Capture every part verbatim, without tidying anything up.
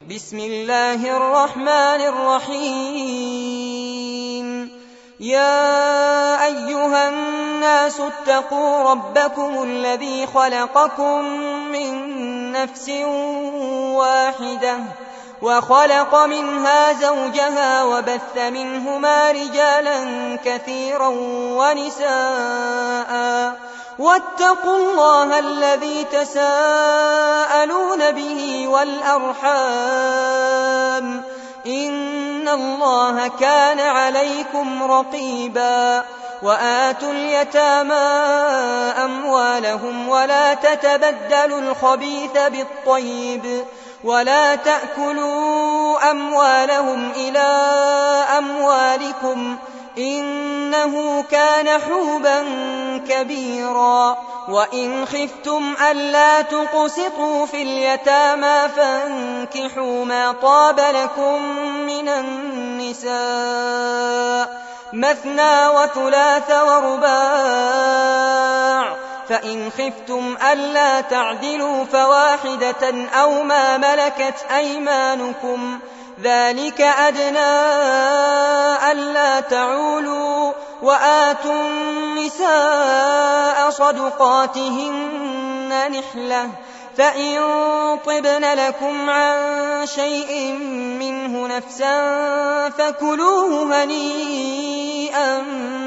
بسم الله الرحمن الرحيم. يا أيها الناس اتقوا ربكم الذي خلقكم من نفس واحدة وخلق منها زوجها وبث منهما رجالا كثيرا ونساء واتقوا الله الذي تساءلون به والأرحام إن الله كان عليكم رقيبا. وآتوا اليتامى أموالهم ولا تتبدلوا الخبيث بالطيب ولا تأكلوا أموالهم إلى أموالكم إنه كان حوبا كبيرا. وإن خفتم ألا تقسطوا في اليتامى فانكحوا ما طاب لكم من النساء مثنى وثلاث ورباع، فإن خفتم ألا تعدلوا فواحدة أو ما ملكت أيمانكم ذلك أدنى ألا تعولوا. وآتوا النساء صدقاتهن نحلة، فإن طبن لكم عن شيء منه نفسا فكلوه هنيئا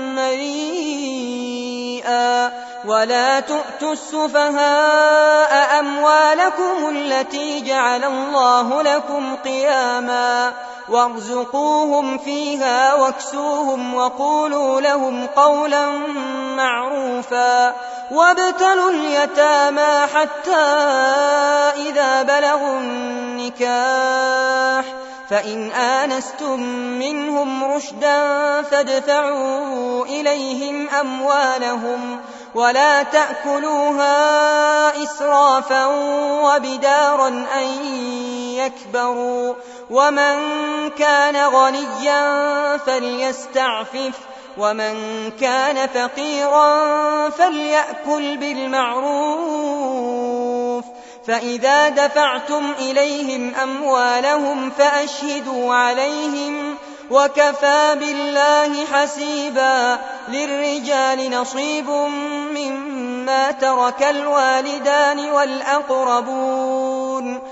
مريئا. ولا تؤتوا السفهاء أموالكم التي جعل الله لكم قياما وارزقوهم فيها واكسوهم وقولوا لهم قولا معروفا. وابتلوا اليتامى حتى إذا بلغوا النكاح فإن آنستم منهم رشدا فادفعوا إليهم أموالهم ولا تأكلوها إسرافا وبدارا أن يكبروا. ومن كان غنيا فليستعفف ومن كان فقيرا فليأكل بالمعروف. فإذا دفعتم إليهم أموالهم فأشهدوا عليهم وكفى بالله حسيبا. للرجال نصيب مما ترك الوالدان والأقربون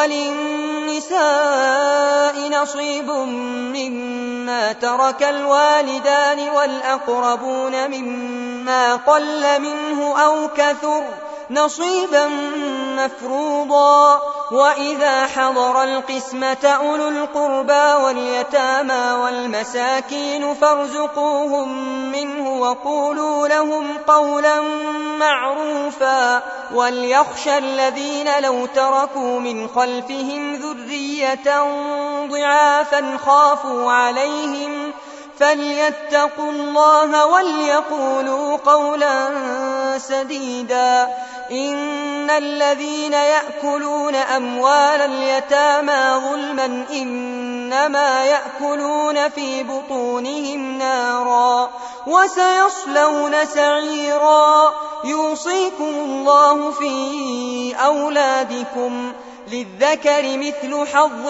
وللنساء نصيب مما ترك الوالدان والأقربون مما قل منه أو كثر نصيبا مفروضا. وإذا حضر القسمة أولو القربى واليتامى والمساكين فارزقوهم منه وقولوا لهم قولا معروفا. وليخشى الذين لو تركوا من خلفهم ذرية ضعافا خافوا عليهم فليتقوا الله وليقولوا قولا سديدا. إن الذين يأكلون أموال اليتامى ظلما إنما يأكلون في بطونهم نارا وسيصلون سعيرا. يوصيكم الله في أولادكم للذكر مثل حظ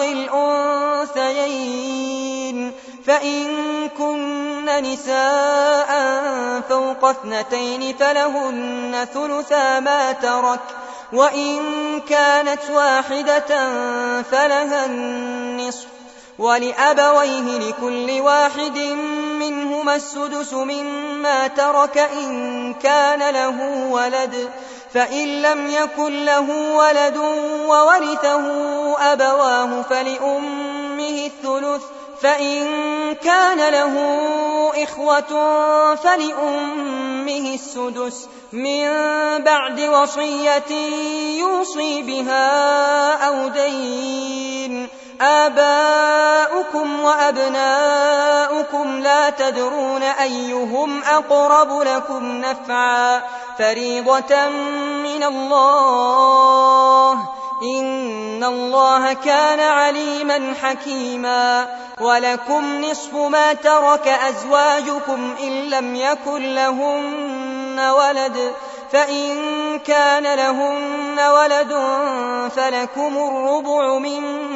الأنثيين، فإن كن نساء فوق اثنتين فلهن ثلثا ما ترك، وإن كانت واحدة فلها النصف، ولأبويه لكل واحد منهما السدس مما ترك إن كان له ولد، فإن لم يكن له ولد وورثه أبواه فلأمه الثلث، فإن كان له إخوة فلأمه السدس من بعد وصية يوصي بها أو دين. آباؤكم وأبناؤكم لا تدرون أيهم أقرب لكم نفعا فريضة من الله إن الله كان عليما حكيما. ولكم نصف ما ترك أزواجكم إن لم يكن لهن ولد، فإن كان لهن ولد فلكم الربع مما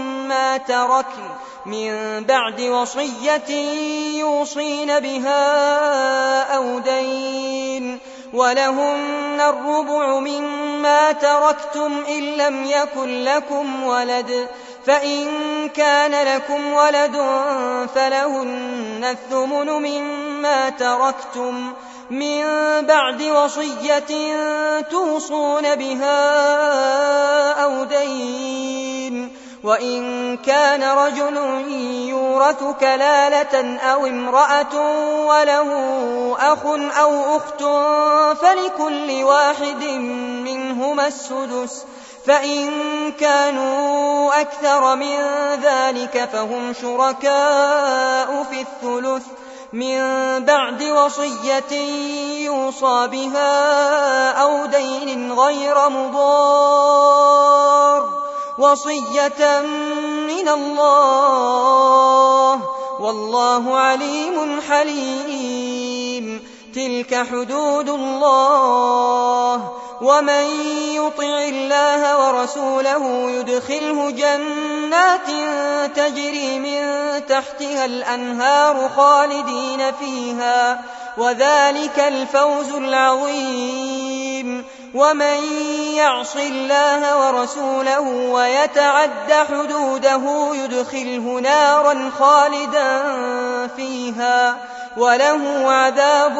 مما تركن من بعد وصية يوصين بها أو دين ولهن الربع مما تركتم إن لم يكن لكم ولد فإن كان لكم ولد فلهن الثمن مما تركتم من بعد وصية توصون بها أو دين وإن كان رجل يورث كلالة أو امرأة وله أخ أو أخت فلكل واحد منهما السدس فإن كانوا أكثر من ذلك فهم شركاء في الثلث من بعد وصية يوصى بها أو دين غير مضار وصية من الله والله عليم حليم تلك حدود الله ومن يطع الله ورسوله يدخله جنات تجري من تحتها الأنهار خالدين فيها وذلك الفوز العظيم ومن يعص الله ورسوله ويتعد حدوده يدخله نارا خالدا فيها وله عذاب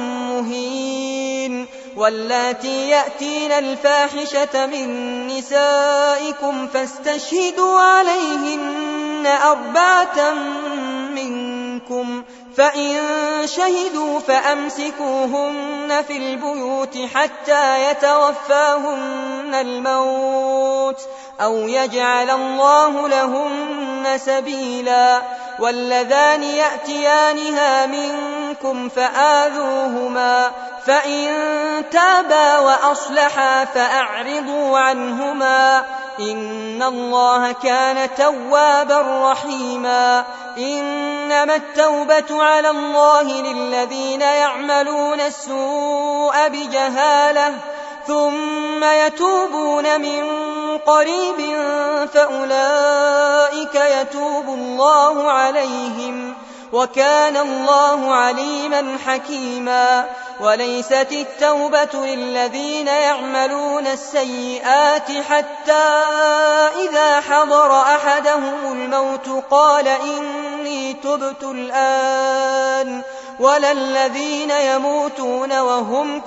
مهين واللاتي يأتين الفاحشة من نسائكم فاستشهدوا عليهن أربعة منكم فإن شهدوا فأمسكوهن في البيوت حتى يتوفاهن الموت أو يجعل الله لهن سبيلا واللذان يأتيانها منكم فآذوهما فإن تابا وأصلحا فأعرضوا عنهما إن الله كان توابا رحيما إنما التوبة على الله للذين يعملون السوء بجهالة ثم يتوبون من قريب فأولئك يتوب الله عليهم وكان الله عليما حكيما وليست التوبة للذين يعملون السيئات حتى إذا حضر أحدهم الموت قال إني تبت الآن ولا الذين يموتون وهم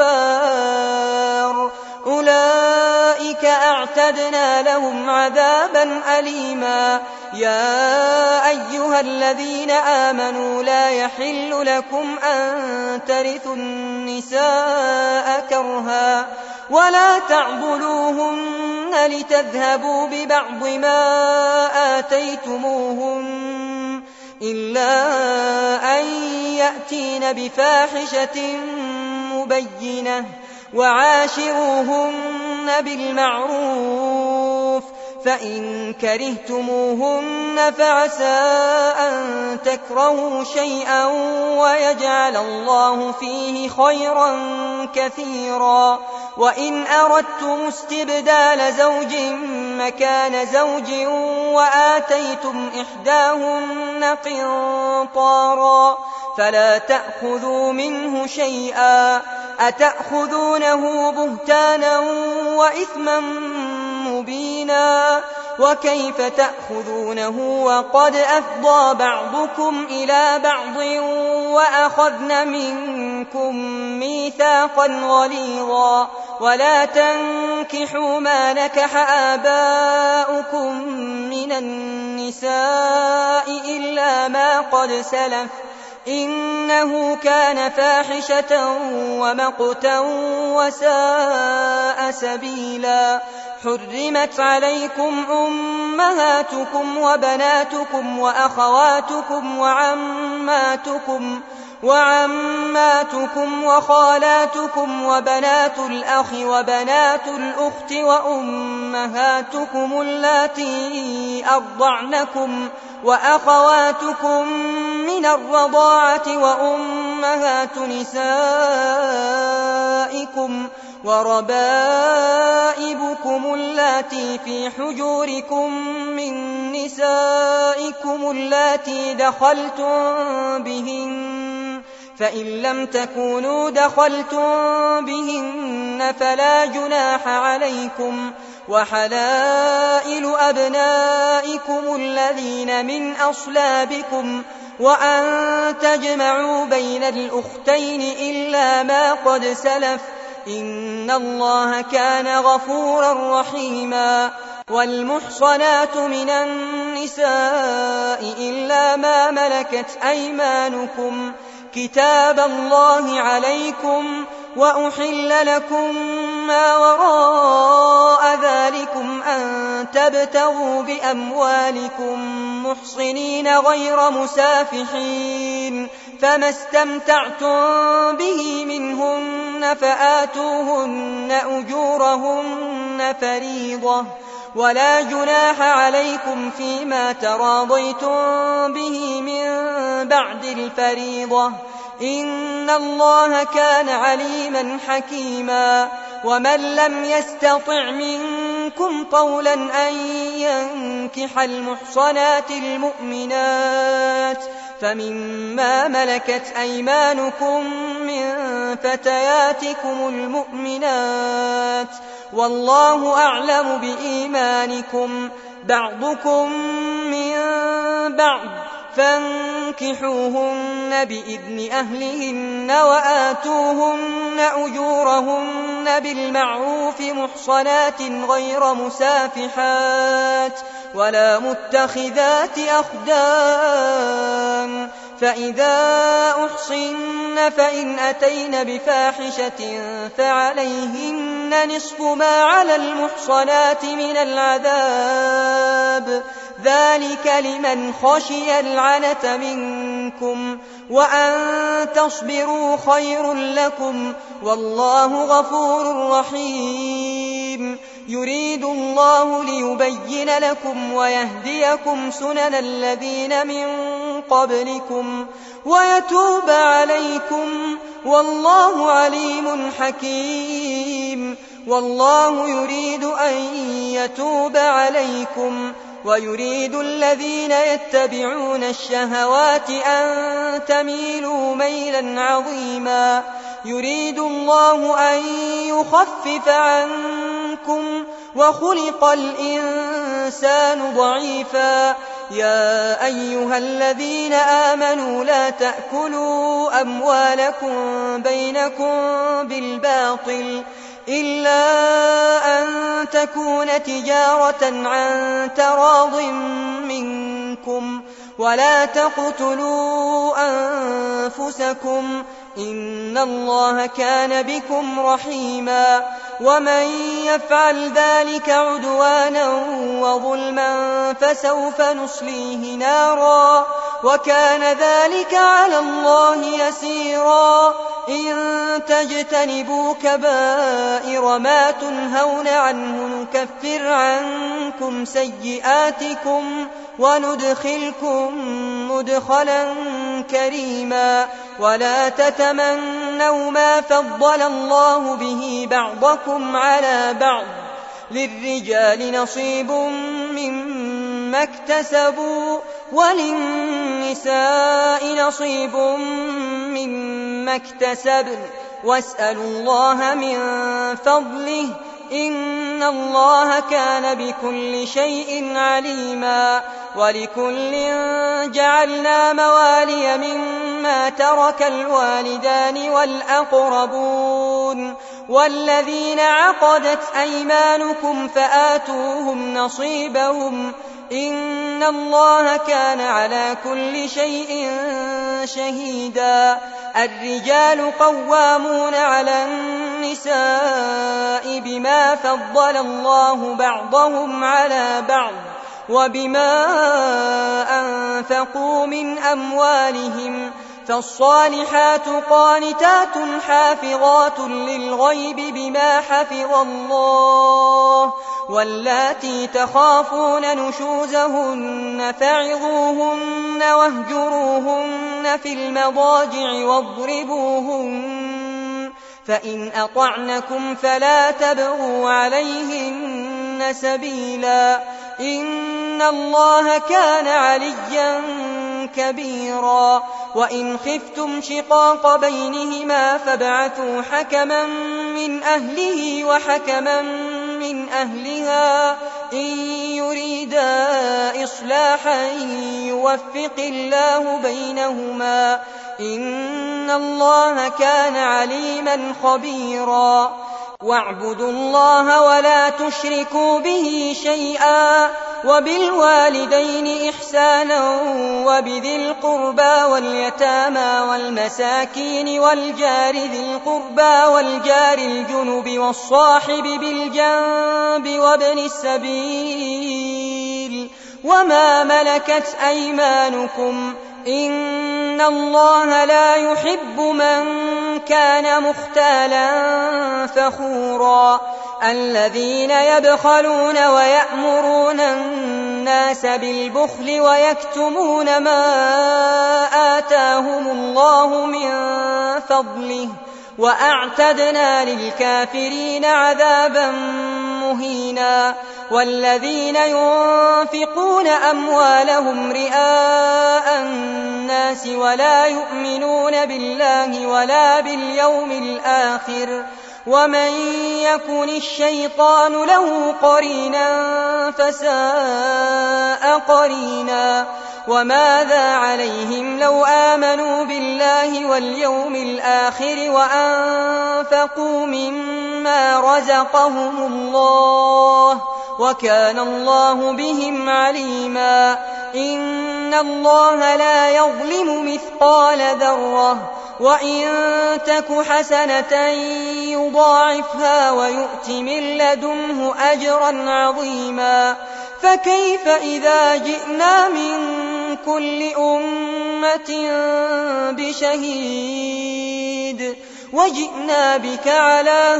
كفار أولئك أعتدنا لهم عذابا أليما يا أيها الذين آمنوا لا يحل لكم أن ترثوا النساء كرها ولا تعضلوهن لتذهبوا ببعض ما آتيتموهن إلا أن يأتين بفاحشة مبينة وعاشروهن بالمعروف فإن كرهتموهن فعسى أن تكرهوا شيئا ويجعل الله فيه خيرا كثيرا وإن أردتم استبدال زوج مكان زوج وآتيتم إحداهن قنطارا فلا تأخذوا منه شيئا أتأخذونه بهتانا وإثما مبينا وكيف تأخذونه وقد أفضى بعضكم إلى بعض وأخذن منكم ميثاقا غليظا ولا تنكحوا ما نكح آباؤكم من النساء إلا ما قد سلف إنه كان فاحشة ومقتا وساء سبيلا حرمت عليكم أمهاتكم وبناتكم وأخواتكم وعماتكم وعماتكم وخالاتكم وبنات الأخ وبنات الأخت وأمهاتكم اللاتي أرضعنكم وأخواتكم من الرضاعة وأمهات نسائكم وربائبكم اللاتي في حجوركم من نسائكم اللاتي دخلتم بهن، فإن لم تكونوا دخلتم بهن فلا جناح عليكم، وحلائل أبنائكم الذين من أصلابكم، وأن تجمعوا بين الأختين إلا ما قد سلف، إن الله كان غفورا رحيما. والمحصنات من النساء إلا ما ملكت أيمانكم، كتاب الله عليكم، وأحل لكم ما وراء ذلكم أن تبتغوا بأموالكم محصنين غير مسافحين، فما استمتعتم به منهن فآتوهن أجورهن فريضة، ولا جناح عليكم فيما تراضيتم به من بعد الفريضة، إن الله كان عليما حكيما. ومن لم يستطع منكم طولا أن ينكح المحصنات المؤمنات فمما ملكت أيمانكم من فتياتكم المؤمنات، والله أعلم بإيمانكم، بعضكم من بعض، فانكحوهن بإذن أهلهن وآتوهن أجورهن بالمعروف محصنات غير مسافحات ولا متخذات أخدان، فإذا أحصن فإن أتين بفاحشة فعليهن نصف ما على المحصنات من العذاب، ذلك لمن خشي العنة منكم، وأن تصبروا خير لكم، والله غفور رحيم. يريد الله ليبين لكم ويهديكم سنن الذين من قبلكم ويتوب عليكم، والله عليم حكيم. والله يريد أن يتوب عليكم، ويريد الذين يتبعون الشهوات أن تميلوا ميلا عظيما. يريد الله أن يخفف عنكم، وخلق الإنسان ضعيفا. يا أيها الذين آمنوا لا تأكلوا أموالكم بينكم بالباطل إلا أن تكون تجارة عن تراض منكم، ولا تقتلوا أنفسكم، إن الله كان بكم رحيما. ومن يفعل ذلك عدوانا وظلما فسوف نصليه نارا، وكان ذلك على الله يسيرا. إن تجتنبوا كبائر ما تنهون عنه نكفر عنكم سيئاتكم وندخلكم مدخلا كريما. ولا تتمنوا ما فضل الله به بعضكم على بعض، للرجال نصيب مما اكتسبوا وللنساء نصيب مما اكتسبن، واسألوا الله من فضله، إن الله كان بكل شيء عليما. ولكل جعلنا موالي مما ترك الوالدان والأقربون والذين عقدت أيمانكم فآتوهم نصيبهم، إن الله كان على كل شيء شهيدا. الرجال قوامون على النساء بما فضل الله بعضهم على بعض وبما أنفقوا من أموالهم، فالصالحات قانتات حافظات للغيب بما حفظ الله، واللاتي تخافون نشوزهن فعظوهن واهجروهن في المضاجع واضربوهن فإن أطعنكم فلا تبغوا عليهن سبيلا إن الله كان عليا كبيرا وإن خفتم شقاق بينهما فابعثوا حكما من أهله وحكما من أهلها إن يريدا إصلاحا يوفق الله بينهما إن الله كان عليما خبيرا واعبدوا الله ولا تشركوا به شيئا وبالوالدين إحسانا وبذي القربى واليتامى والمساكين والجار ذي القربى والجار الجنب والصاحب بالجنب وابن السبيل وما ملكت أيمانكم إن الله لا يحب من كان مختالا فخورا الذين يبخلون ويأمرون الناس بالبخل ويكتمون ما آتاهم الله من فضله وأعتدنا للكافرين عذابا مهينا والذين ينفقون أموالهم رئاء الناس ولا يؤمنون بالله ولا باليوم الآخر ومن يكن الشيطان له قرينا فساء قرينا وماذا عليهم لو آمنوا بالله واليوم الآخر وأنفقوا مما رزقهم الله وكان الله بهم عليما إن الله لا يظلم مثقال ذرة وإن تك حسنة يضاعفها ويؤت من لدنه أجرا عظيما فكيف إذا جئنا من كل أمة بشهيد وجئنا بك على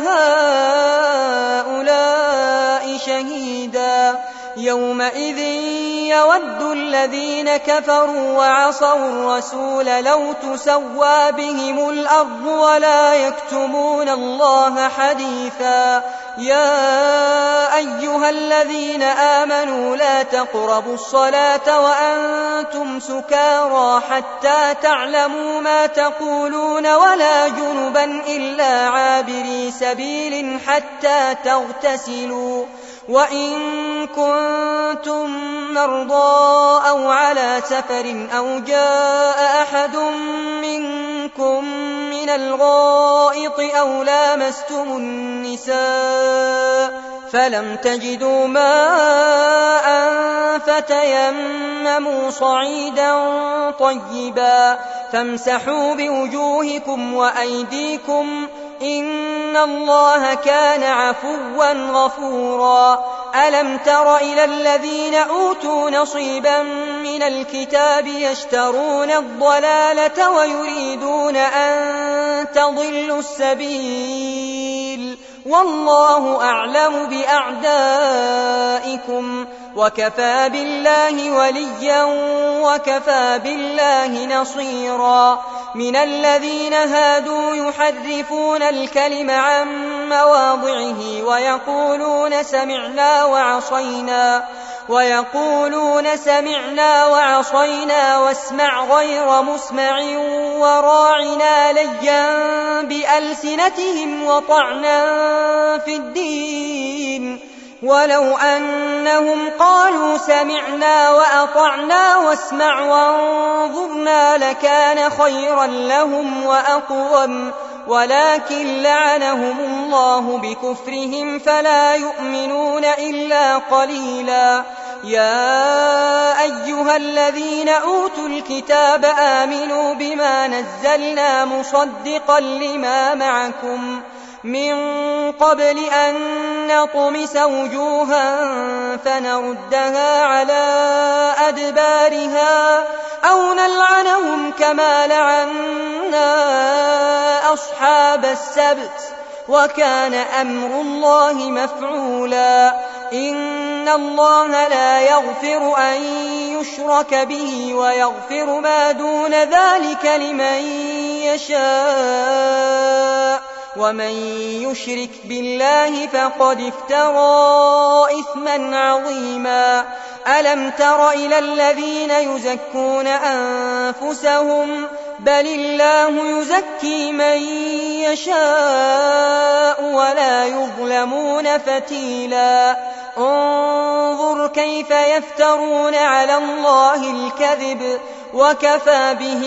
هؤلاء شهيدا يومئذ يود الذين كفروا وعصوا الرسول لو تسوى بهم الأرض ولا يكتمون الله حديثا يا أيها الذين آمنوا لا تقربوا الصلاة وأنتم سكارى حتى تعلموا ما تقولون ولا جنبا إلا عابري سبيل حتى تغتسلوا وإن كنتم مرضى أو على سفر أو جاء أحد منكم من الغائط أو لامستم النساء فلم تجدوا ماء فتيمموا صعيدا طيبا فامسحوا بوجوهكم وأيديكم إن الله كان عفوا غفورا ألم تر إلى الذين أوتوا نصيبا من الكتاب يشترون الضلالة ويريدون أن تضلوا السبيل والله أعلم بأعدائكم وكفى بالله وليا وكفى بالله نصيرا من الذين هادوا يحرفون الكلم عن مواضعه ويقولون سمعنا وعصينا ويقولون سمعنا وعصينا واسمع غير مسمع وراعنا ليا بألسنتهم وطعنا في الدين ولو أنهم قالوا سمعنا وأطعنا واسمع وانظرنا لكان خيرا لهم وأقوم ولكن لعنهم الله بكفرهم فلا يؤمنون إلا قليلا يا أيها الذين أوتوا الكتاب آمنوا بما نزلنا مصدقا لما معكم من قبل أن نطمس وجوها فنردها على أدبارها أو نلعنهم كما لعنا أصحاب السبت وكان أمر الله مفعولا إن الله لا يغفر أن يشرك به ويغفر ما دون ذلك لمن يشاء ومن يشرك بالله فقد افترى إثما عظيما. ألم تر إلى الذين يزكون أنفسهم بل الله يزكي من يشاء ولا يظلمون فتيلا. انظر كيف يفترون على الله الكذب وكفى به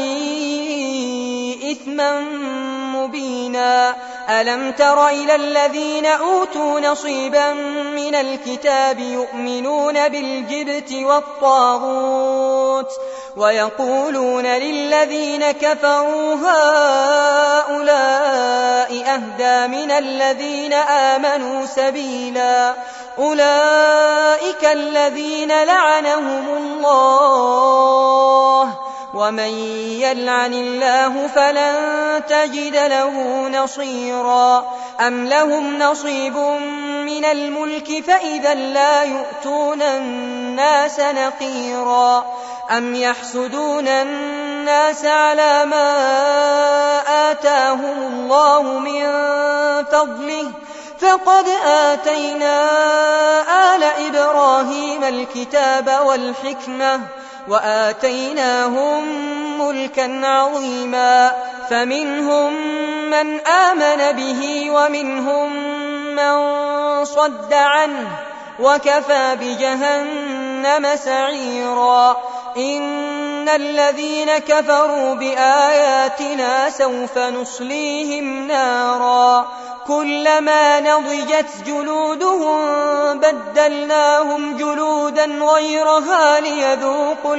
إثما مبينا. ألم تر إلى الذين أوتوا نصيبا من الكتاب يؤمنون بالجبت والطاغوت ويقولون للذين كفروا هؤلاء أهدى من الذين آمنوا سبيلا. أولئك الذين لعنهم الله ومن يلعن الله فلن تجد له نصيرا. أم لهم نصيب من الملك فإذا لا يؤتون الناس نقيرا. أم يحسدون الناس على ما آتاهم الله من فضله فقد آتينا آل إبراهيم الكتاب والحكمة وآتيناهم ملكا عظيما. فمنهم من آمن به ومنهم من صد عنه وكفى بجهنم سعيرا. إن الذين كفروا بآياتنا سوف نصليهم نارا كلما نضجت جلودهم بدلناهم جلودا غيرها ليذوقوا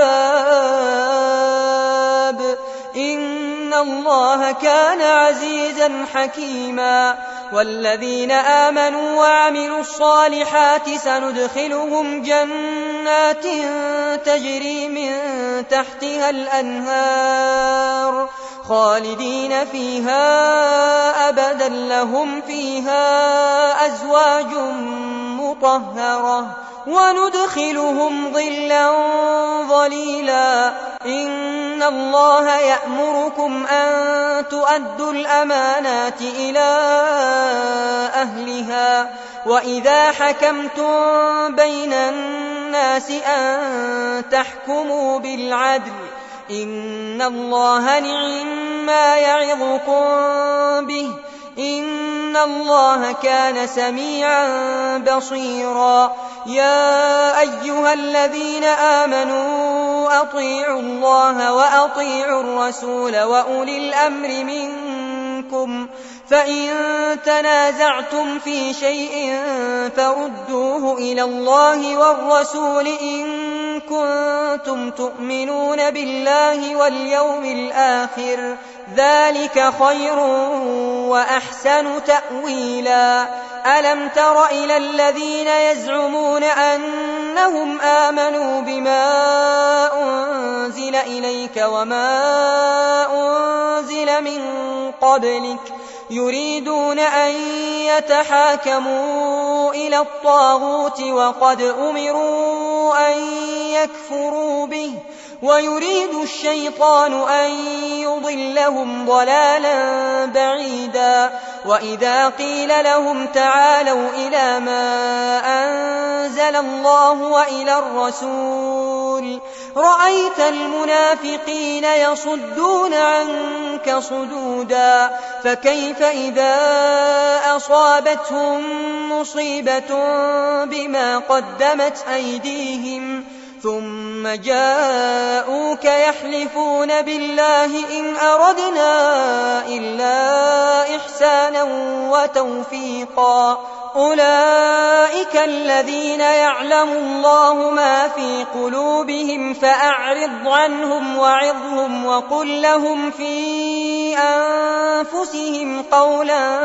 العذاب إن الله كان عزيزا حكيما. والذين آمنوا وعملوا الصالحات سندخلهم جنات تجري من تحتها الأنهار خالدين فيها أبدا لهم فيها أزواج مطهرة وندخلهم ظلا ظليلا. إن الله يأمركم أن تؤدوا الأمانات إلى أهلها وإذا حكمتم بين الناس أن تحكموا بالعدل إن الله نعما يعظكم به إن الله كان سميعا بصيرا. يا أيها الذين آمنوا أطيعوا الله وأطيعوا الرسول وأولي الأمر منكم فإن تنازعتم في شيء فردوه إلى الله والرسول إن كنتم تؤمنون بالله واليوم الآخر ذلك خير وأحسن تأويلا. ألم تر إلى الذين يزعمون أنهم آمنوا بما أنزل إليك وما أنزل من قبلك يريدون أن يتحاكموا إلى الطاغوت وقد أمروا أن يكفروا به ويريد الشيطان أن يضلهم ضلالا بعيدا. وإذا قيل لهم تعالوا إلى ما أنزل الله وإلى الرسول رأيت المنافقين يصدون عنك صدودا. فكيف إذا أصابتهم مصيبة بما قدمت أيديهم ثم جاءوك يحلفون بالله إن أردنا إلا إحسانا وتوفيقا أولئك الذين يعلم الله ما في قلوبهم فأعرض عنهم وعظهم وقل لهم في أنفسهم قولا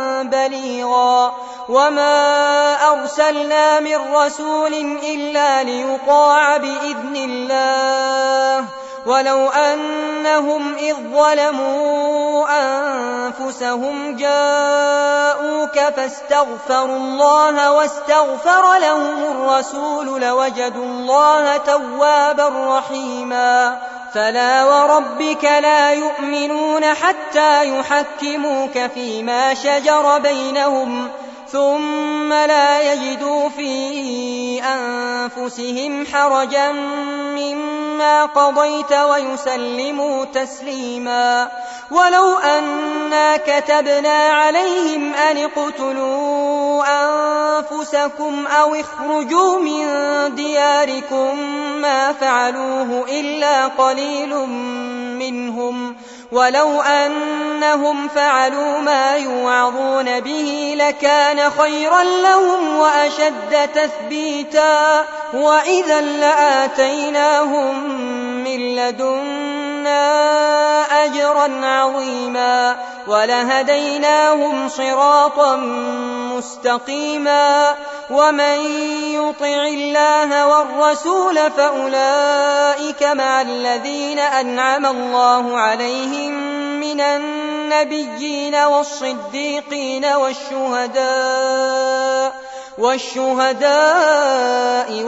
بليغا. وما أرسلنا من رسول إلا ليطاع بإذن الله ولو أنهم إذ ظلموا أنفسهم جاءوك فاستغفروا الله واستغفر لهم الرسول لوجدوا الله توابا رحيما. فلا وربك لا يؤمنون حتى يحكموك فيما شجر بينهم ثم لا يجدوا في أنفسهم حرجا مما قضيت ويسلموا تسليما. ولو أنا كتبنا عليهم أن اقتلوا أنفسكم أو اخرجوا من دياركم ما فعلوه إلا قليل منهم ولو أنهم فعلوا ما يوعظون به لكان خيرا لهم وأشد تثبيتا وإذا لآتيناهم من لدنا أجرا عظيما ولهديناهم صراطا مستقيما. ومن يطع الله والرسول فأولئك مع الذين أنعم الله عليهم من النبيين والصديقين والشهداء والشهداء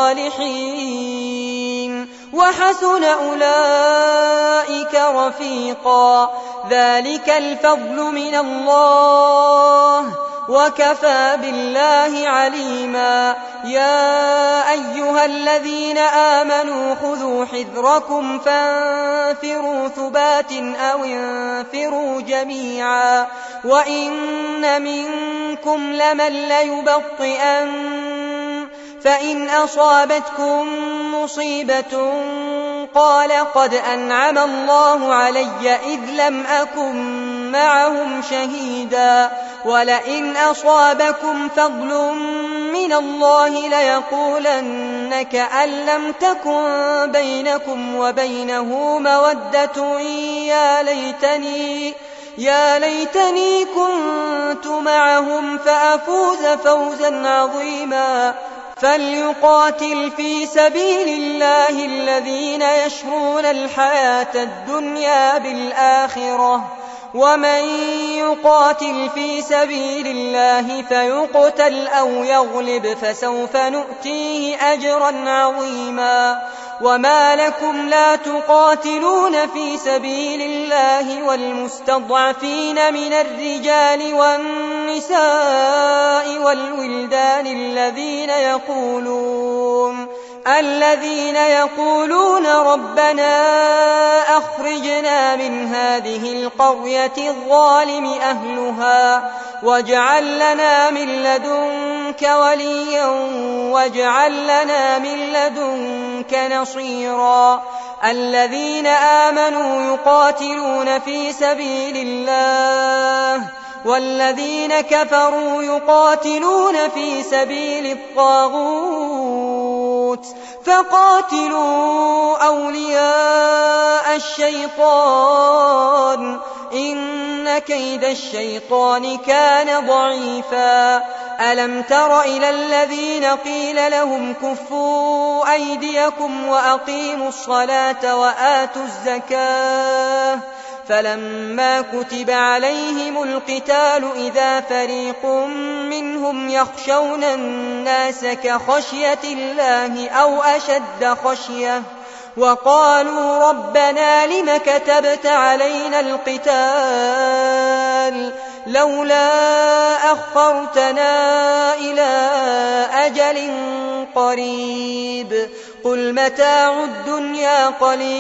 والصالحين وحسن أولئك رفيقا. ذلك الفضل من الله وكفى بالله عليما. يا أيها الذين آمنوا خذوا حذركم فانفروا ثبات أو انفروا جميعا وإن منكم لمن ليبطئن فإن أصابتكم مصيبة قال قد أنعم الله علي إذ لم أكن معهم شهيدا ولئن أصابكم فضل من الله ليقولن كأن لم تكن بينكم وبينه مودة يا ليتني يا ليتني كنت معهم فأفوز فوزا عظيما. فليقاتل في سبيل الله الذين يشرون الحياة الدنيا بالآخرة ومن يقاتل في سبيل الله فيقتل أو يغلب فسوف نؤتيه أجرا عظيما. وما لكم لا تقاتلون في سبيل الله والمستضعفين من الرجال والنساء والولدان الذين يقولون الذين يقولون ربنا أخرجنا من هذه القرية الظالم أهلها واجعل لنا من لدنك وليا واجعل لنا من لدنك نصيرا. الذين آمنوا يقاتلون في سبيل الله والذين كفروا يقاتلون في سبيل الطاغوت فقاتلوا أولياء الشيطان إن كيد الشيطان كان ضعيفا. ألم تر إلى الذين قيل لهم كفوا أيديكم وأقيموا الصلاة وآتوا الزكاة فلما كتب عليهم القتال إذا فريق منهم يخشون الناس كخشية الله أو أشد خشية وقالوا ربنا لم كتبت علينا القتال لولا أخرتنا إلى أجل قريب قل متاع الدنيا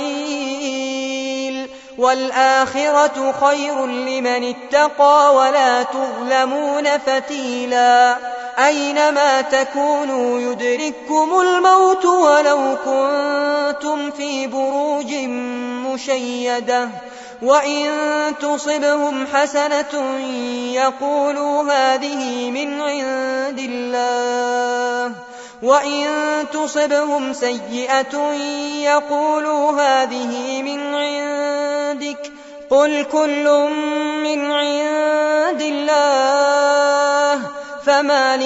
قليل والآخرة خير لمن اتقى ولا تظلمون فتيلا. أينما تكونوا يدرككم الموت ولو كنتم في بروج مشيدة وإن تصبهم حسنة يقولوا هذه من عند الله وإن تصبهم سيئة يقولوا هذه من عندك قل كل من عند الله فما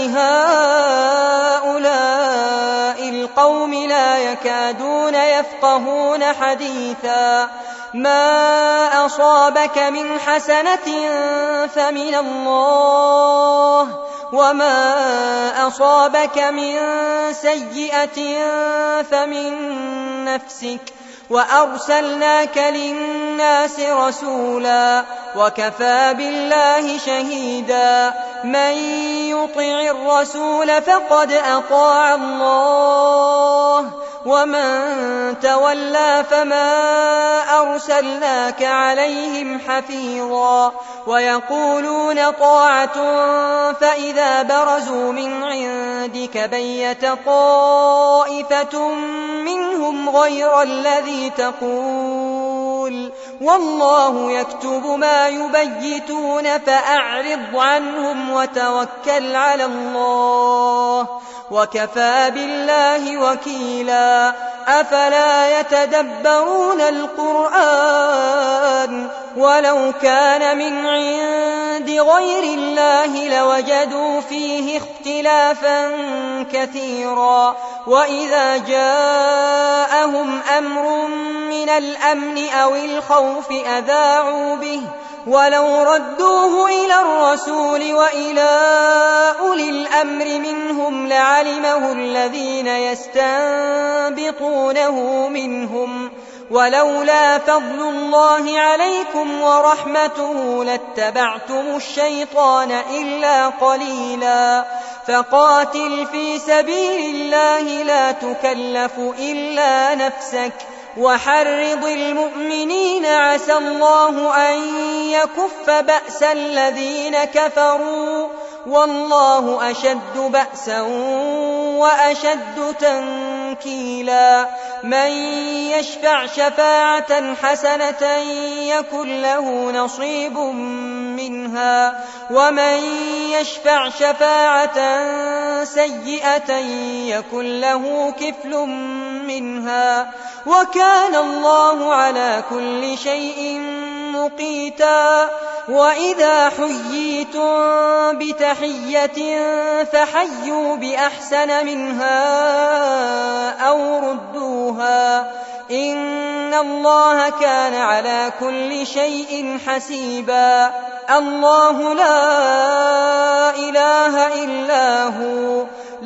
لهؤلاء القوم لا يكادون يفقهون حديثا. ما أصابك من حسنة فمن الله وما أصابك من سيئة فمن نفسك وأرسلناك للناس رسولا وكفى بالله شهيدا من يطع الرسول فقد أطاع الله ومن تولى فما أرسلناك عليهم حفيظا ويقولون طاعة فإذا برزوا من عندك بيت طائفة منهم غير الذي تقول والله يكتب ما يبيتون فأعرض عنهم وتوكل على الله وكفى بالله وكيلا أفلا يتدبرون القرآن ولو كان من عند غير الله لوجدوا فيه اختلافا كثيرا وإذا جاءهم أمر من الأمن أو الخوف أذاعوا به ولو ردوه إلى الرسول وإلى أولي الأمر منهم لعلمه الذين يستنبطونه منهم ولولا فضل الله عليكم ورحمته لاتبعتم الشيطان إلا قليلا فقاتل في سبيل الله لا تكلف إلا نفسك وحرض المؤمنين عسى الله أن يكف بأس الذين كفروا والله أشد بأسا وأشد تنكيلا من يشفع شفاعة حسنة يكن له نصيب منها ومن يشفع شفاعة سيئة يكن له كفل منها وكان الله على كل شيء مقيتا وإذا حييتم بتحية فحيوا بأحسن منها أو ردوها إن الله كان على كل شيء حسيبا الله لا إله إلا هو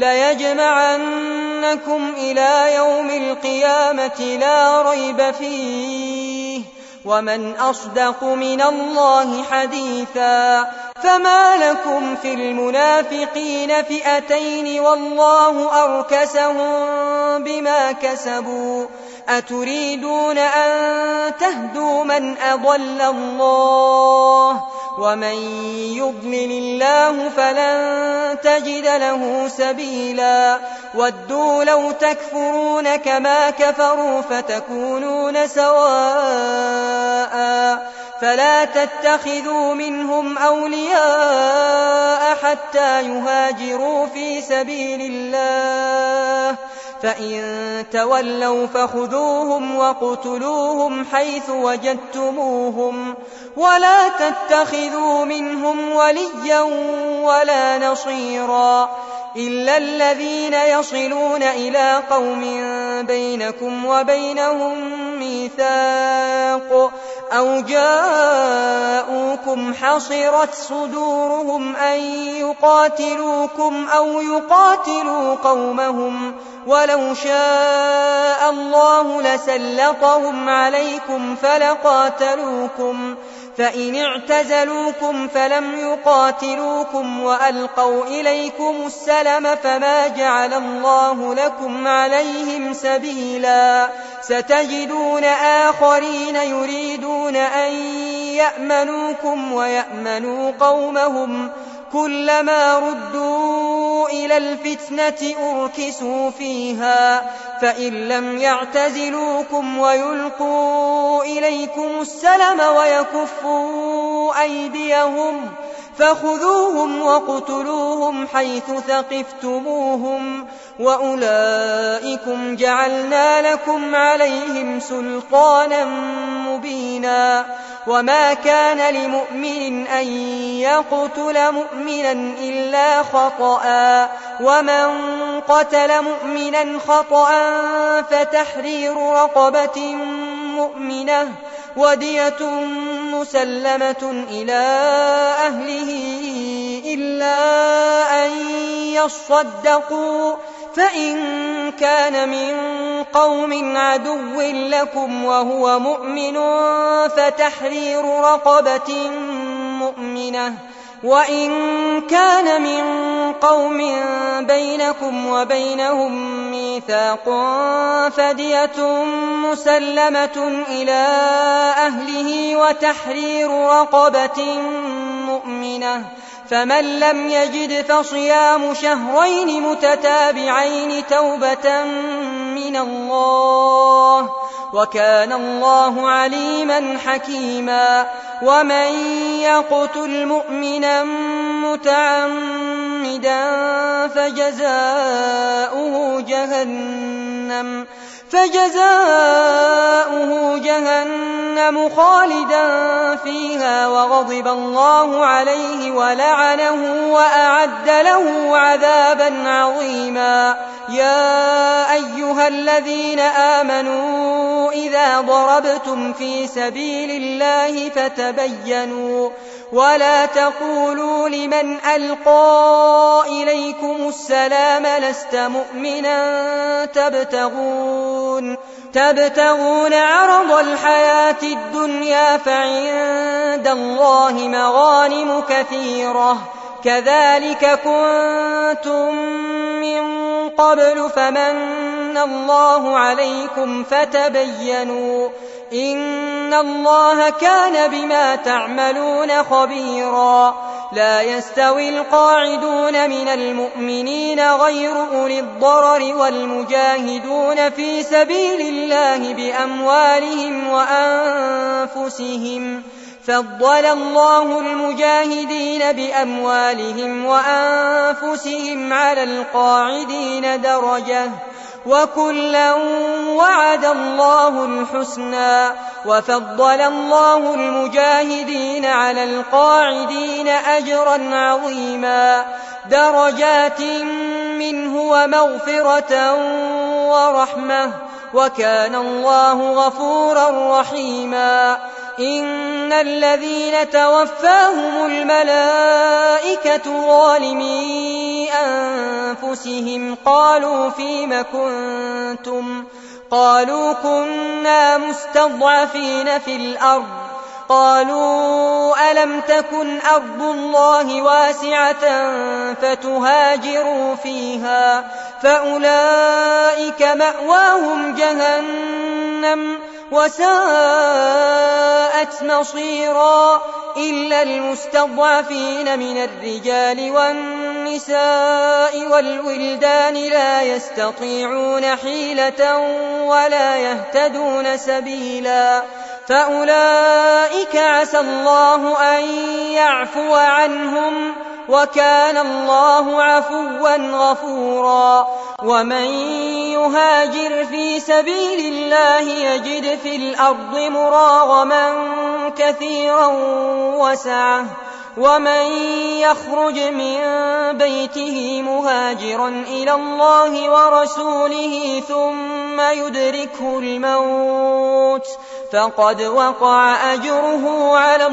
ليجمعنكم إلى يوم القيامة لا ريب فيه ومن أصدق من الله حديثا فما لكم في المنافقين فئتين والله أركسهم بما كسبوا أتريدون أن تهدوا من أضل الله ومن يضلل الله فلن تجد له سبيلا ودوا لو تكفرون كما كفروا فتكونون سواء فلا تتخذوا منهم أولياء حتى يهاجروا في سبيل الله فإن تولوا فخذوهم وقتلوهم حيث وجدتموهم ولا تتخذوا منهم وليا ولا نصيرا إلا الذين يصلون إلى قوم بينكم وبينهم ميثاق أو جاءوكم حصرت صدورهم أن يقاتلوكم أو يقاتلوا قومهم ولو شاء الله لسلطهم عليكم فلقاتلوكم فإن اعتزلوكم فلم يقاتلوكم وألقوا إليكم السلم فما جعل الله لكم عليهم سبيلا ستجدون آخرين يريدون أن يأمنوكم ويأمنوا قومهم كلما ردوا إلى الفتنة أركسوا فيها فإن لم يعتزلوكم ويلقوا إليكم السلم ويكفوا أيديهم فخذوهم وقتلوهم حيث ثقفتموهم وأولئكم جعلنا لكم عليهم سلطانا مبينا وما كان لمؤمن أن يقتل مؤمنا إلا خطأ ومن قتل مؤمنا خطأ فتحرير رقبة مؤمنة ودية مسلمة إلى أهله إلا أن يصدقوا فإن كان من قوم عدو لكم وهو مؤمن فتحرير رقبة مؤمنة، وإن كان من قوم بينكم وبينهم ميثاق فدية مسلمة إلى أهله وتحرير رقبة مؤمنة، فمن لم يجد فصيام شهرين متتابعين توبة من الله، وكان الله عليما حكيما. ومن يقتل مؤمنا متعمدا فجزاؤه جهنم فجزاؤه جهنم خالدا فيها وغضب الله عليه ولعنه وأعد له عذابا عظيما. يا أيها الذين آمنوا إذا ضربتم في سبيل الله فتبينوا ولا تقولوا لمن ألقى إليكم السلام لست مؤمنا تبتغون تبتغون عرض الحياة الدنيا فعند الله مغانم كثيرة كذلك كنتم من قبل فمن الله عليكم فتبينوا إن الله كان بما تعملون خبيرا. لا يستوي القاعدون من المؤمنين غير أولي الضرر والمجاهدون في سبيل الله بأموالهم وأنفسهم، فضل الله المجاهدين بأموالهم وأنفسهم على القاعدين درجة، وكلا وعد الله الحسنى، وفضل الله المجاهدين على القاعدين أجرا عظيما، درجات منه ومغفرة ورحمة، وكان الله غفورا رحيما. إن الذين توفاهم الملائكة ظالمي أنفسهم قالوا فيم كنتم قالوا كنا مستضعفين في الأرض قالوا ألم تكن أرض الله واسعة فتهاجروا فيها فأولئك مأواهم جهنم وساءت مصيرا إلا المستضعفين من الرجال والنساء والولدان لا يستطيعون حيلة ولا يهتدون سبيلا فأولئك عسى الله أن يعفو عنهم وكان الله عفوا غفورا. ومن يهاجر في سبيل الله يجد في الأرض مراغما كثيرا وسعة ومن يخرج من بيته مهاجرا إلى الله ورسوله ثم يدركه الموت فقد وقع أجره على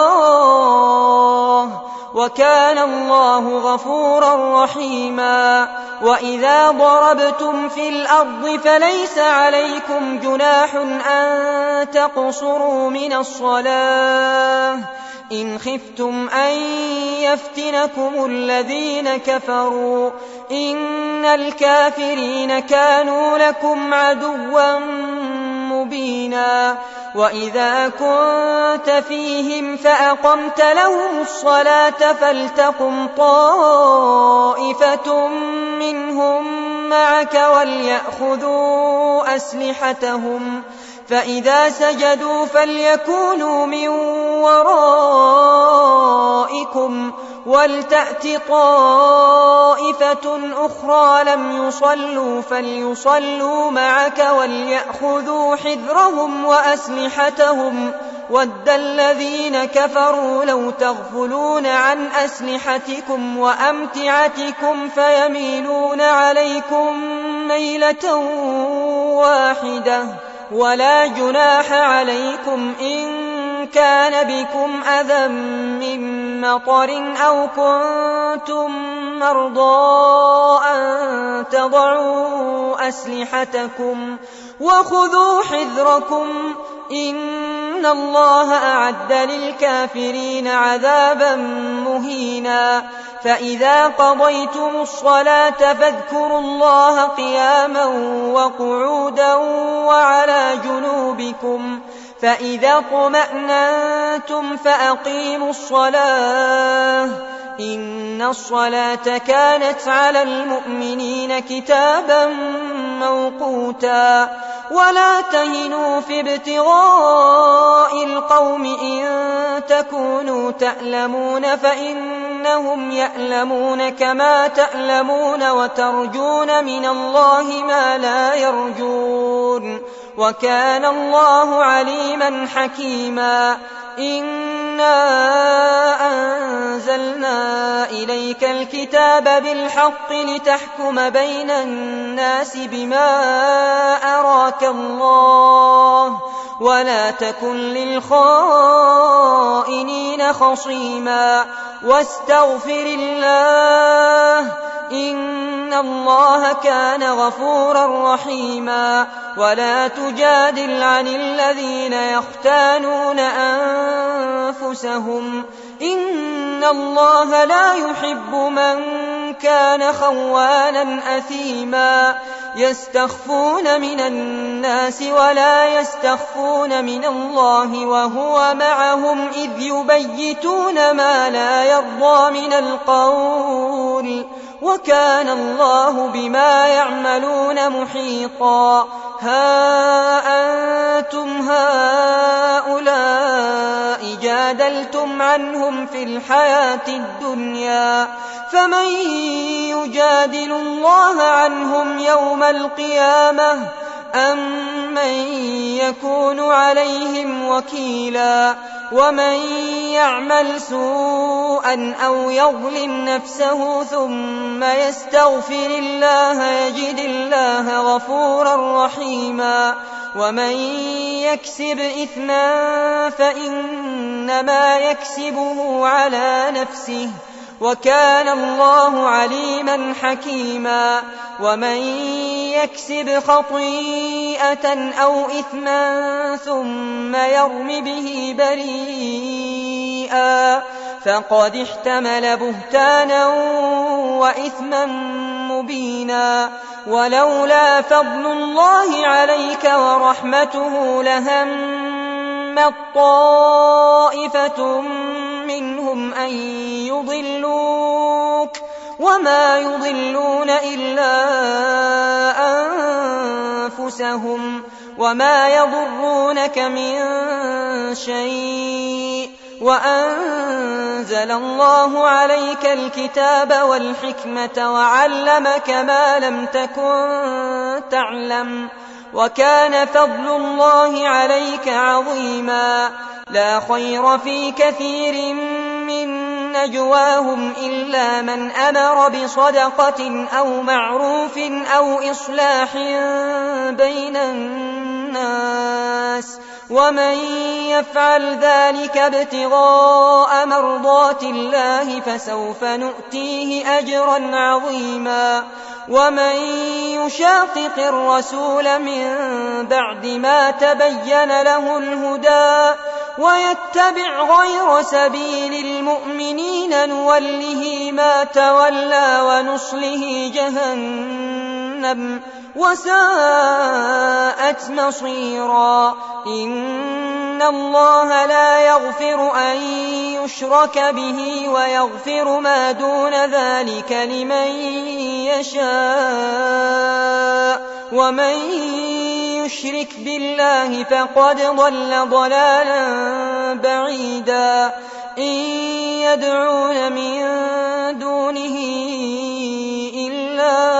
الله وكان الله غفورا رحيما. وإذا ضربتم في الأرض فليس عليكم جناح أن تقصروا من الصلاة إن خفتم أن يفتنكم الذين كفروا إن الكافرين كانوا لكم عدوا مبينا. وإذا كنت فيهم فأقمت لهم الصلاة فلتقم طائفة منهم معك وليأخذوا أسلحتهم فإذا سجدوا فليكونوا من ورائكم ولتأت طائفة أخرى لم يصلوا فليصلوا معك وليأخذوا حذرهم وأسلحتهم ود الذين كفروا لو تغفلون عن أسلحتكم وأمتعتكم فيميلون عليكم ميلة واحدة ولا جناح عليكم إن كان بكم أذى من مطر أو كنتم مرضى أن تضعوا أسلحتكم وخذوا حذركم إن الله أعد للكافرين عذابا مهينا. فإذا قضيتم الصلاة فاذكروا الله قياما وقعودا وعلى جنوبكم فإذا اطمأننتم فأقيموا الصلاة إن الصلاة كانت على المؤمنين كتابا موقوتا. ولا تهنوا في ابتغاء القوم إن تكونوا تألمون فإنهم يألمون كما تألمون وترجون من الله ما لا يرجون وكان الله عليما حكيما. إنا أنزلنا إليك الكتاب بالحق لتحكم بين الناس بما أراك الله ولا تكن للخائنين خصيما واستغفر الله إن الله كان غفورا رحيما. ولا تجادل عن الذين يختانون أنفسهم إن الله لا يحب من كان خوانا أثيما. يستخفون من الناس ولا يستخفون من الله وهو معهم إذ يبيتون ما لا يرضى من القول وكان الله بما يعملون محيطا. ها أنتم هؤلاء جادلتم عنهم في الحياة الدنيا فمن يجادل الله عنهم يوم القيامة أم من يكون عليهم وكيلا. ومن يعمل سوءا أو يظلم نفسه ثم يستغفر الله يجد الله غفورا رحيما. ومن يكسب إثما فإنما يكسبه على نفسه وكان الله عليما حكيما. ومن يكسب خطيئة أو إثما ثم يرم به بريئا فقد احتمل بهتانا وإثما مبينا. ولولا فضل الله عليك ورحمته لهمت طائفة منهم أن يضلوك وما يضلون إلا أنفسهم وما يضرونك من شيء وأنزل الله عليك الكتاب والحكمة وعلمك ما لم تكن تعلم وكان فضل الله عليك عظيما. لا خير في كثير من نجواهم إلا من أمر بصدقة أو معروف أو إصلاح بين الناس ومن يفعل ذلك ابتغاء مرضات الله فسوف نؤتيه أجرا عظيما. ومن يشاقق الرسول من بعد ما تبين له الهدى ويتبع غير سبيل المؤمنين نوله ما تولى ونصله جهنم وساءت مصيرا. إن الله لا يغفر أن يشرك به ويغفر ما دون ذلك لمن يشاء ومن يشرك بالله فقد ضل ضلالا بعيدا. إن يدعون من دونه إلا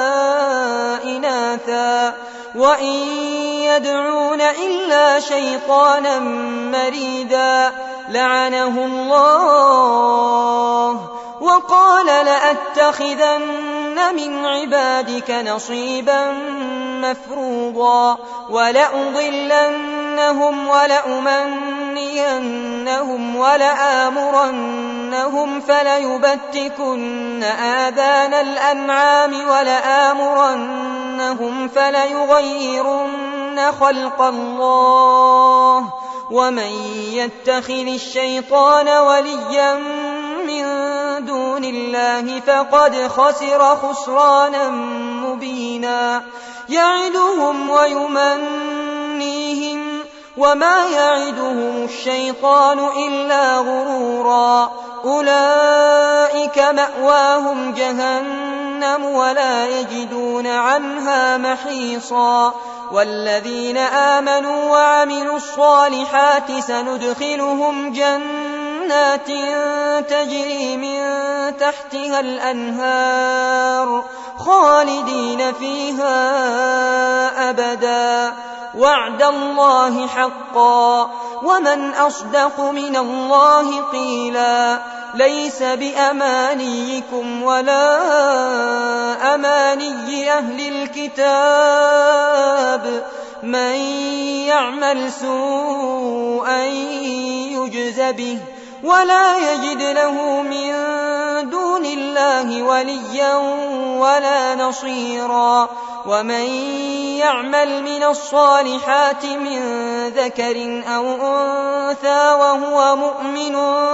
إناثا وإن يدعون إلا شيطانا مريدا لعنه الله وقال لأتخذن من عبادك نصيبا مفروضا ولأضلنهم ولأمنهم لأمنينهم ولآمرنهم فليبتكن آذان الأنعام ولآمرنهم فليغيرن خلق الله ومن يتخذ الشيطان وليا من دون الله فقد خسر خسرانا مبينا يعدهم ويمنيهم وما يعدهم الشيطان إلا غرورا أولئك مأواهم جهنم ولا يجدون عنها محيصا والذين آمنوا وعملوا الصالحات سندخلهم جنات تجري من تحتها الأنهار خالدين فيها أبدا وعد الله حقا ومن أصدق من الله قيلا ليس بأمانيكم ولا أماني أهل الكتاب من يعمل سوءا يجز به ولا يجد له من دون الله وليا ولا نصيرا ومن يعمل من الصالحات من ذكر أو أنثى وهو مؤمن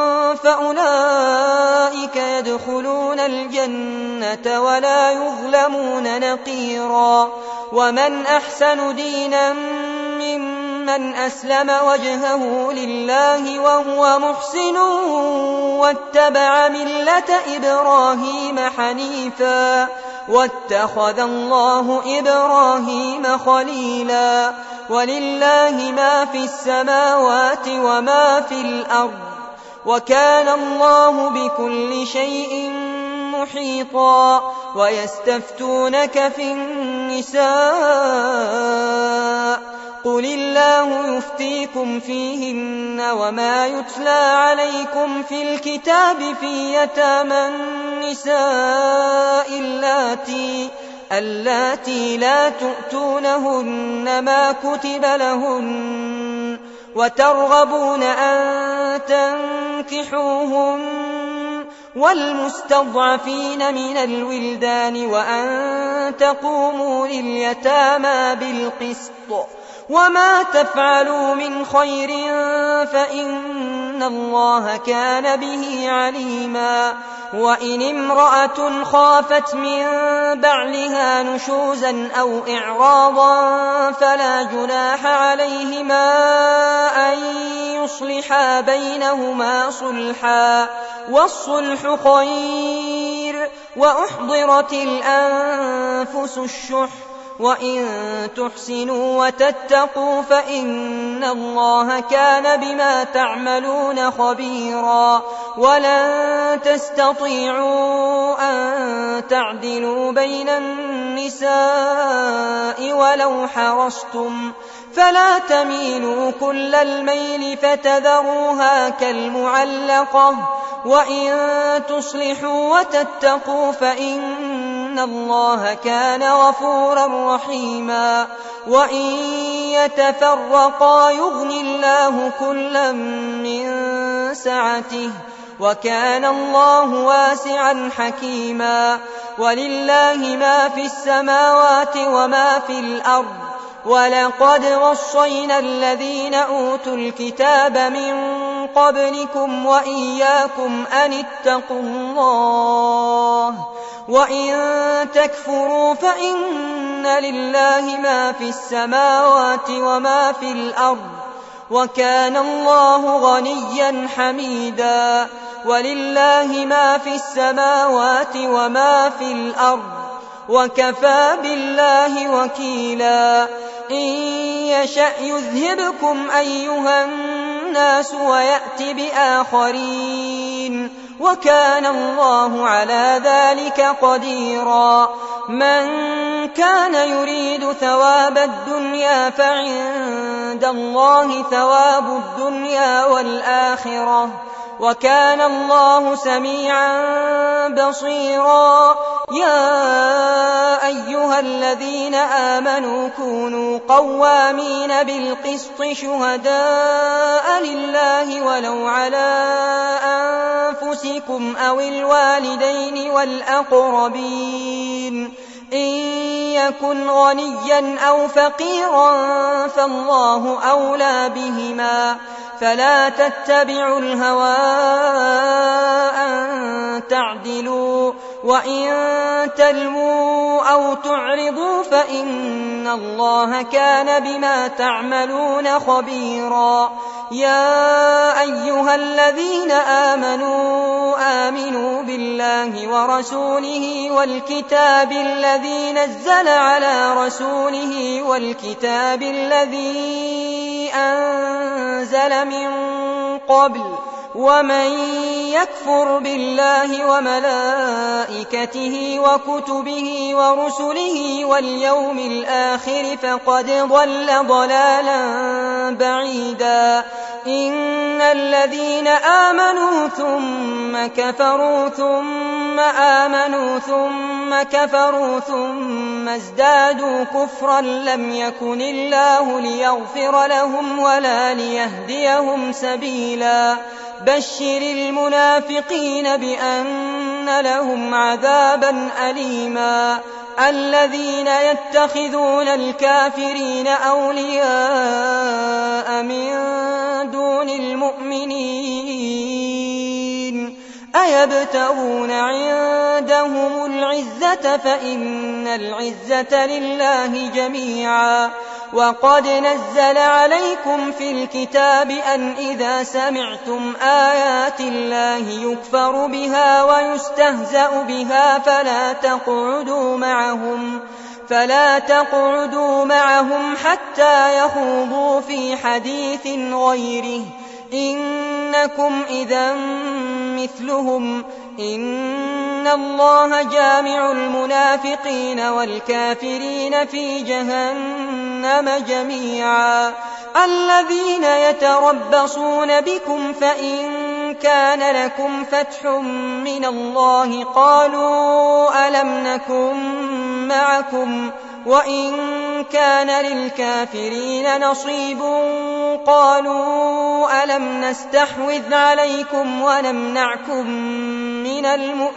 فأولئك يدخلون الجنة ولا يظلمون نقيرا ومن أحسن دينا ممن أسلم وجهه لله وهو محسن واتبع ملة إبراهيم حنيفا واتخذ الله إبراهيم خليلا ولله ما في السماوات وما في الأرض وكان الله بكل شيء محيطا ويستفتونك في النساء قل الله يفتيكم فيهن وما يتلى عليكم في الكتاب في يتامى النساء اللاتي اللاتي لا تؤتونهن ما كتب لهن وترغبون أن تنكحوهن والمستضعفين من الولدان وأن تقوموا لليتامى بالقسط وما تفعلوا من خير فإن الله كان به عليما وإن امرأة خافت من بعلها نشوزا أو إعراضا فلا جناح عليهما أن يصلحا بينهما صلحا والصلح خير وأحضرت الأنفس الشح وإن تحسنوا وتتقوا فإن الله كان بما تعملون خبيرا ولن تستطيعوا أن تعدلوا بين النساء ولو حرصتم فلا تميلوا كل الميل فتذروها كالمعلقة وإن تصلحوا وتتقوا فإن الله كان غفورا رحيما وإن يتفرقا يغن الله كلا من سعته وكان الله واسعا حكيما ولله ما في السماوات وما في الأرض ولقد وصينا الذين أوتوا الكتاب من قبلكم وإياكم أن اتقوا الله وإن تكفروا فإن لله ما في السماوات وما في الأرض وكان الله غنيا حميدا ولله ما في السماوات وما في الأرض وكفى بالله وكيلا إن يشأ يذهبكم أيها الناس ويأت بآخرين وكان الله على ذلك قديرا من كان يريد ثواب الدنيا فعند الله ثواب الدنيا والآخرة وكان الله سميعا بصيرا. يا أيها الذين آمنوا كونوا قوامين بالقسط شهداء لله ولو على أنفسكم أو الوالدين والأقربين إن يكن غنيا أو فقيرا فالله أولى بهما فلا تتبعوا الهوى أن تعدلوا وإن تلووا أو تعرضوا فإن الله كان بما تعملون خبيرا. يا أيها الذين آمنوا آمنوا بالله ورسوله والكتاب الذي نزل على رسوله والكتاب الذي أنزل من قبل ومن يكفر بالله وملائكته وكتبه ورسله واليوم الآخر فقد ضل ضلالا بعيدا. إن الذين آمنوا ثم كفروا ثم آمنوا ثم كفروا ثم ازدادوا كفرا لم يكن الله ليغفر لهم ولا ليهديهم سبيلا. بشر المنافقين بأن لهم عذابا أليما. الذين يتخذون الكافرين أولياء من دون المؤمنين أيبتغون عندهم العزة فإن العزة لله جميعا. وقد نزل عليكم في الكتاب أن إذا سمعتم آيات الله يكفر بها ويستهزأ بها فلا تقعدوا معهم فلا تقعدوا معهم حتى يخوضوا في حديث غيره إنكم إذا مثلهم إن الله جامع المنافقين والكافرين في جهنم جميعا. الذين يتربصون بكم فإن كان لكم فتح من الله قالوا ألم نكن معكم وإن كان للكافرين نصيب قالوا ألم نستحوذ عليكم ونمنعكم من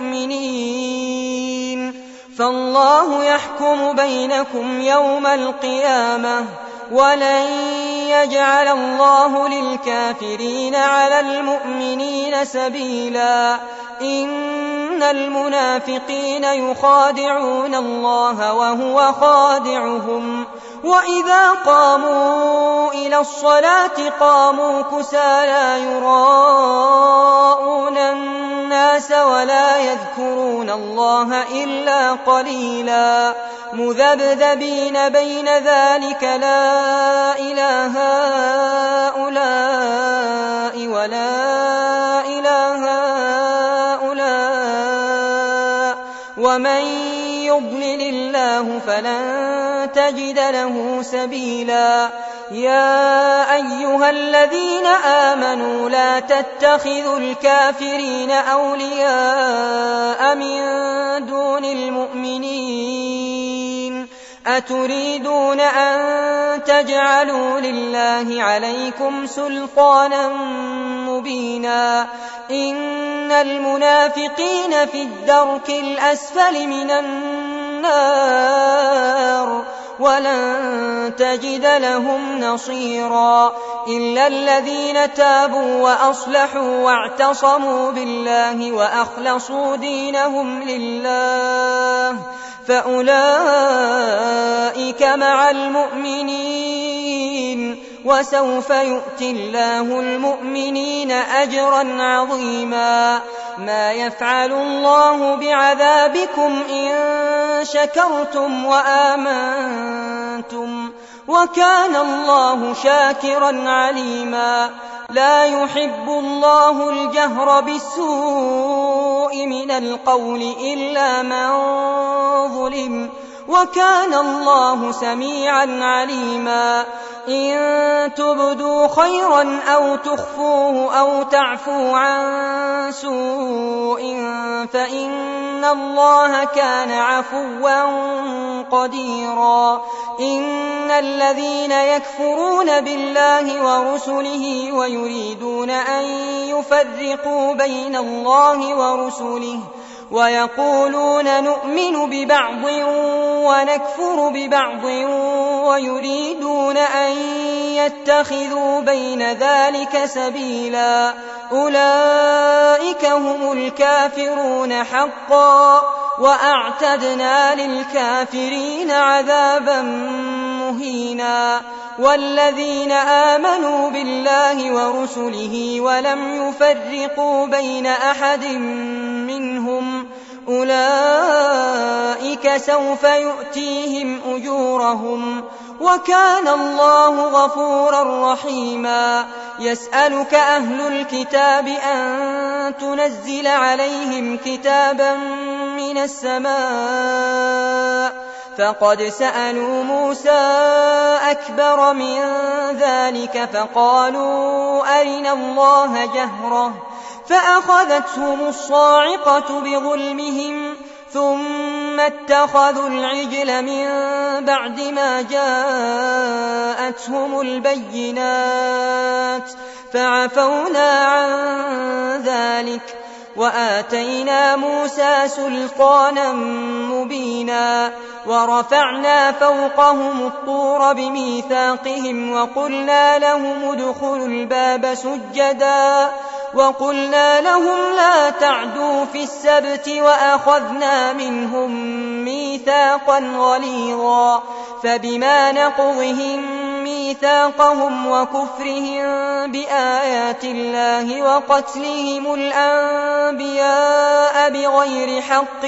المؤمنين فالله يحكم بينكم يوم القيامة ولن يجعل الله للكافرين على المؤمنين سبيلا. إن المنافقين يخادعون الله وهو خادعهم وإذا قاموا إلى الصلاة قاموا كسالى يراءون الناس ولا يذكرون الله إلا قليلا مذبذبين بين ذلك لا إله هؤلاء ولا إله هؤلاء ومن يضلل الله فلن تجد له سبيلا. يا أيها الذين آمنوا لا تتخذوا الكافرين أولياء من دون المؤمنين أتريدون أن تجعلوا لله عليكم سلطانا مبينا. إن المنافقين في الدرك الأسفل من النار ولن تجد لهم نصيرا إلا الذين تابوا وأصلحوا واعتصموا بالله وأخلصوا دينهم لله فأولئك مع المؤمنين وسوف يؤتي الله المؤمنين أجرا عظيما. ما يفعل الله بعذابكم إن شكرتم وآمنتم وكان الله شاكرا عليما. لا يحب الله الجهر بالسوء من القول إلا من ظلم وكان الله سميعا عليما. إن تبدوا خيرا أو تخفوه أو تعفو عن سوء فإن الله كان عفوا قديرا. إن الذين يكفرون بالله ورسله ويريدون أن يفرقوا بين الله ورسله ويقولون نؤمن ببعض ونكفر ببعض ويريدون أن يتخذوا بين ذلك سبيلا أولئك هم الكافرون حقا وأعتدنا للكافرين عذابا مهينا. والذين آمنوا بالله ورسله ولم يفرقوا بين أحد منهم أولئك سوف يؤتيهم أجورهم وكان الله غفورا رحيما. يسألك أهل الكتاب أن تنزل عليهم كتابا من السماء فقد سألوا موسى أكبر من ذلك فقالوا أرنا الله جهرة فأخذتهم الصاعقة بظلمهم ثم اتخذوا العجل من بعد ما جاءتهم البينات فعفونا عن ذلك وآتينا موسى سلطانا مبينا. ورفعنا فوقهم الطور بميثاقهم وقلنا لهم ادخلوا الباب سجدا وقلنا لهم لا تعدوا في السبت وأخذنا منهم ميثاقا غليظا. فبما نقضهم ميثاقهم وكفرهم بآيات الله وقتلهم الأنبياء بغير حق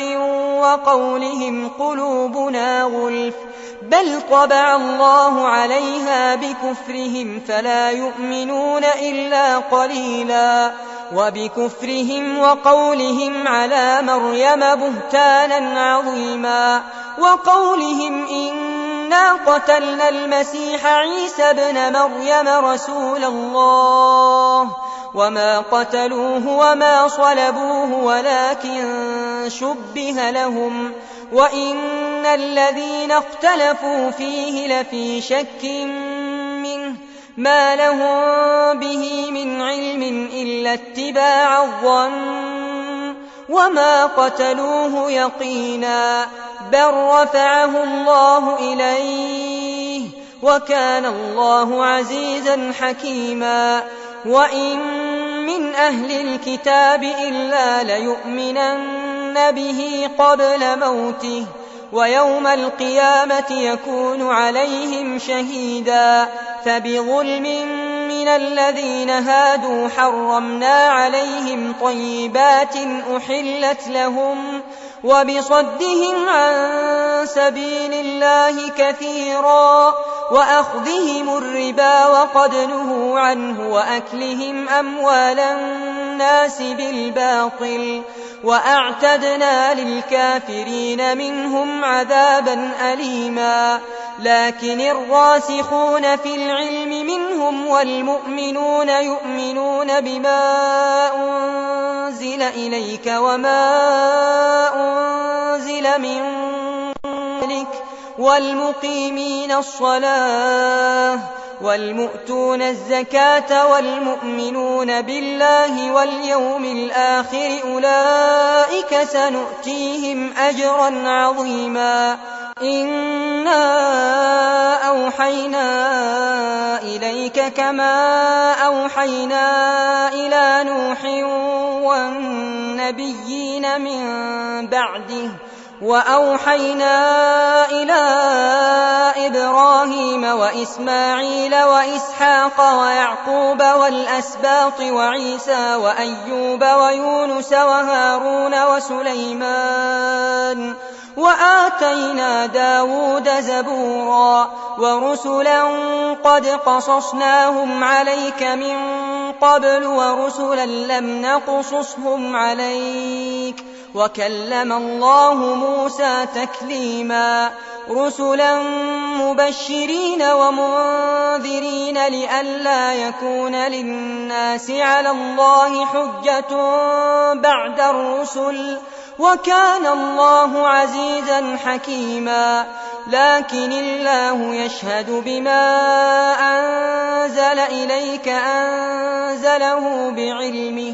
وقولهم قلوبنا غلف بل طبع الله عليها بكفرهم فلا يؤمنون إلا قليلا. وبكفرهم وقولهم على مريم بهتانا عظيما وقولهم إنا قتلنا المسيح عيسى ابن مريم رسول الله وما قتلوه وما صلبوه ولكن شبه لهم وإن الذين اختلفوا فيه لفي شك منه ما لهم به من علم إلا اتباع الظن وما قتلوه يقينا بل رفعه الله إليه وكان الله عزيزا حكيما. وإن من أهل الكتاب إلا ليؤمنن به قبل موته ويوم القيامة يكون عليهم شهيدا. فبظلم من الذين هادوا حرمنا عليهم طيبات أحلت لهم وبصدهم عن سبيل الله كثيرا وأخذهم الربا وقد نهوا عنه وأكلهم أموال الناس بالباطل وأعتدنا للكافرين منهم عذابا أليما. لكن الراسخون في العلم منهم والمؤمنون يؤمنون بما أنزل إليك وما أنزل من قبلك والمقيمين الصلاة والمؤتون الزكاة والمؤمنون بالله واليوم الآخر أولئك سنؤتيهم أجرا عظيما. إنا أوحينا إليك كما أوحينا إلى نوح والنبيين من بعده وأوحينا إلى إبراهيم وإسماعيل وإسحاق ويعقوب والأسباط وعيسى وأيوب ويونس وهارون وسليمان وآتينا داود زبورا ورسلا قد قصصناهم عليك من قبل ورسلا لم نقصصهم عليك وكلم الله موسى تكليما. رسلا مبشرين ومنذرين لئلا يكون للناس على الله حجة بعد الرسل، وكان الله عزيزا حكيما. لكن الله يشهد بما أنزل إليك أنزله بعلمه،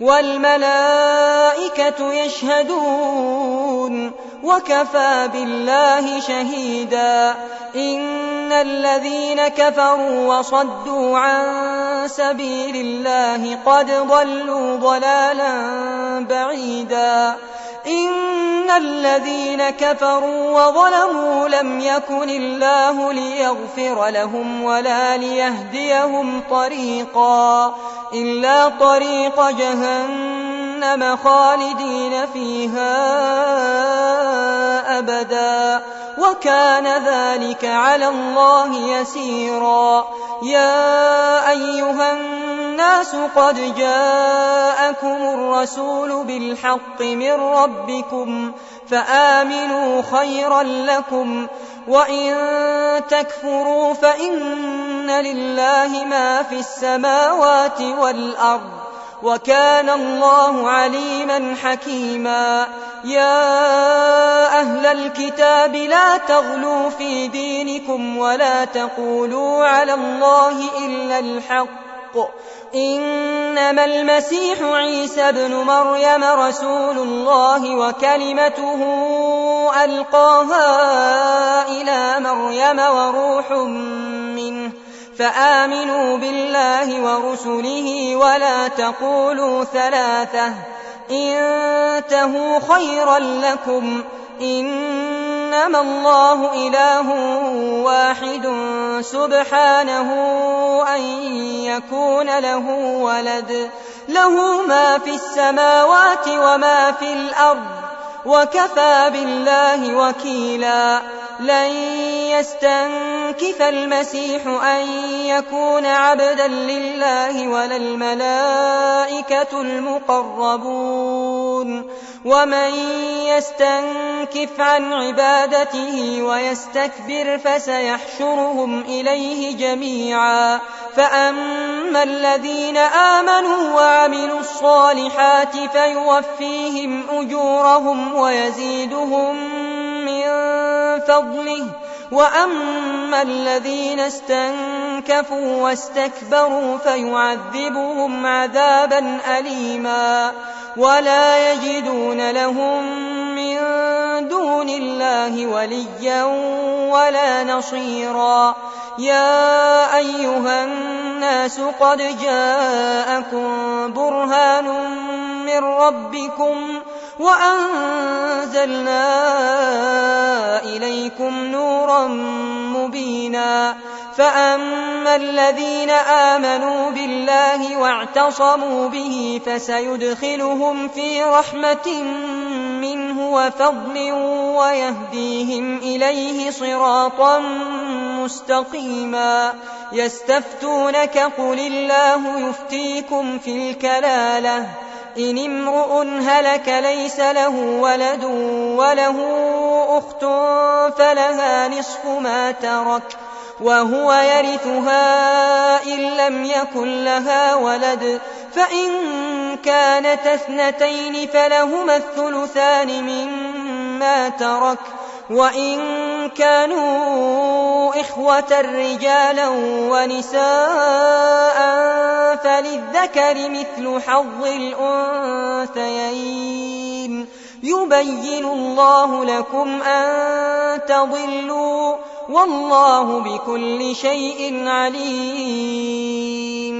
والملائكة يشهدون، وكفى بالله شهيدا. إن الذين كفروا وصدوا عن سبيل الله قد ضلوا ضلالا بعيدا. إن الذين كفروا وظلموا لم يكن الله ليغفر لهم ولا ليهديهم طريقا إلا طريق جهنم خالدين فيها أبدا، وكان ذلك على الله يسيرا. يا أيها الناس قد جاءكم الرسول بالحق من ربكم فآمنوا خيرا لكم، وإن تكفروا فإن لله ما في السماوات والأرض، وكان الله عليما حكيما. يا أهل الكتاب لا تغلوا في دينكم ولا تقولوا على الله إلا الحق، إنما المسيح عيسى بن مريم رسول الله وكلمته ألقاها إلى مريم وروح منه، فآمنوا بالله ورسله ولا تقولوا ثلاثة، انتهوا خيرا لكم، إنما الله إله واحد سبحانه أن يكون له ولد، له ما في السماوات وما في الأرض، وكفى بالله وكيلا. لن يستنكف المسيح أن يكون عبدا لله ولا الملائكة المقربون، ومن يستنكف عن عبادته ويستكبر فسيحشرهم إليه جميعا. فأما الذين آمنوا وعملوا الصالحات فيوفيهم أجورهم ويزيدهم من فضله، وأما الذين استنكفوا واستكبروا فيعذبهم عذابا أليما، ولا يجدون لهم من دون الله وليا ولا نصيرا. يا أيها الناس قد جاءكم برهان من ربكم وأنزلنا إليكم نورا مبينا. فأما الذين آمنوا بالله واعتصموا به فسيدخلهم في رحمة منه وفضل ويهديهم إليه صراطا مستقيما. يستفتونك قل الله يفتيكم في الكلالة، إن امرؤ هلك ليس له ولد وله أخت فلها نصف ما ترك وهو يرثها إن لم يكن لها ولد، فإن كانت اثنتين فلهما الثلثان مما ترك، وإن كانوا إخوة رجالا ونساء فللذكر مثل حظ الأنثيين. يبين الله لكم أن تضلوا، والله بكل شيء عليم.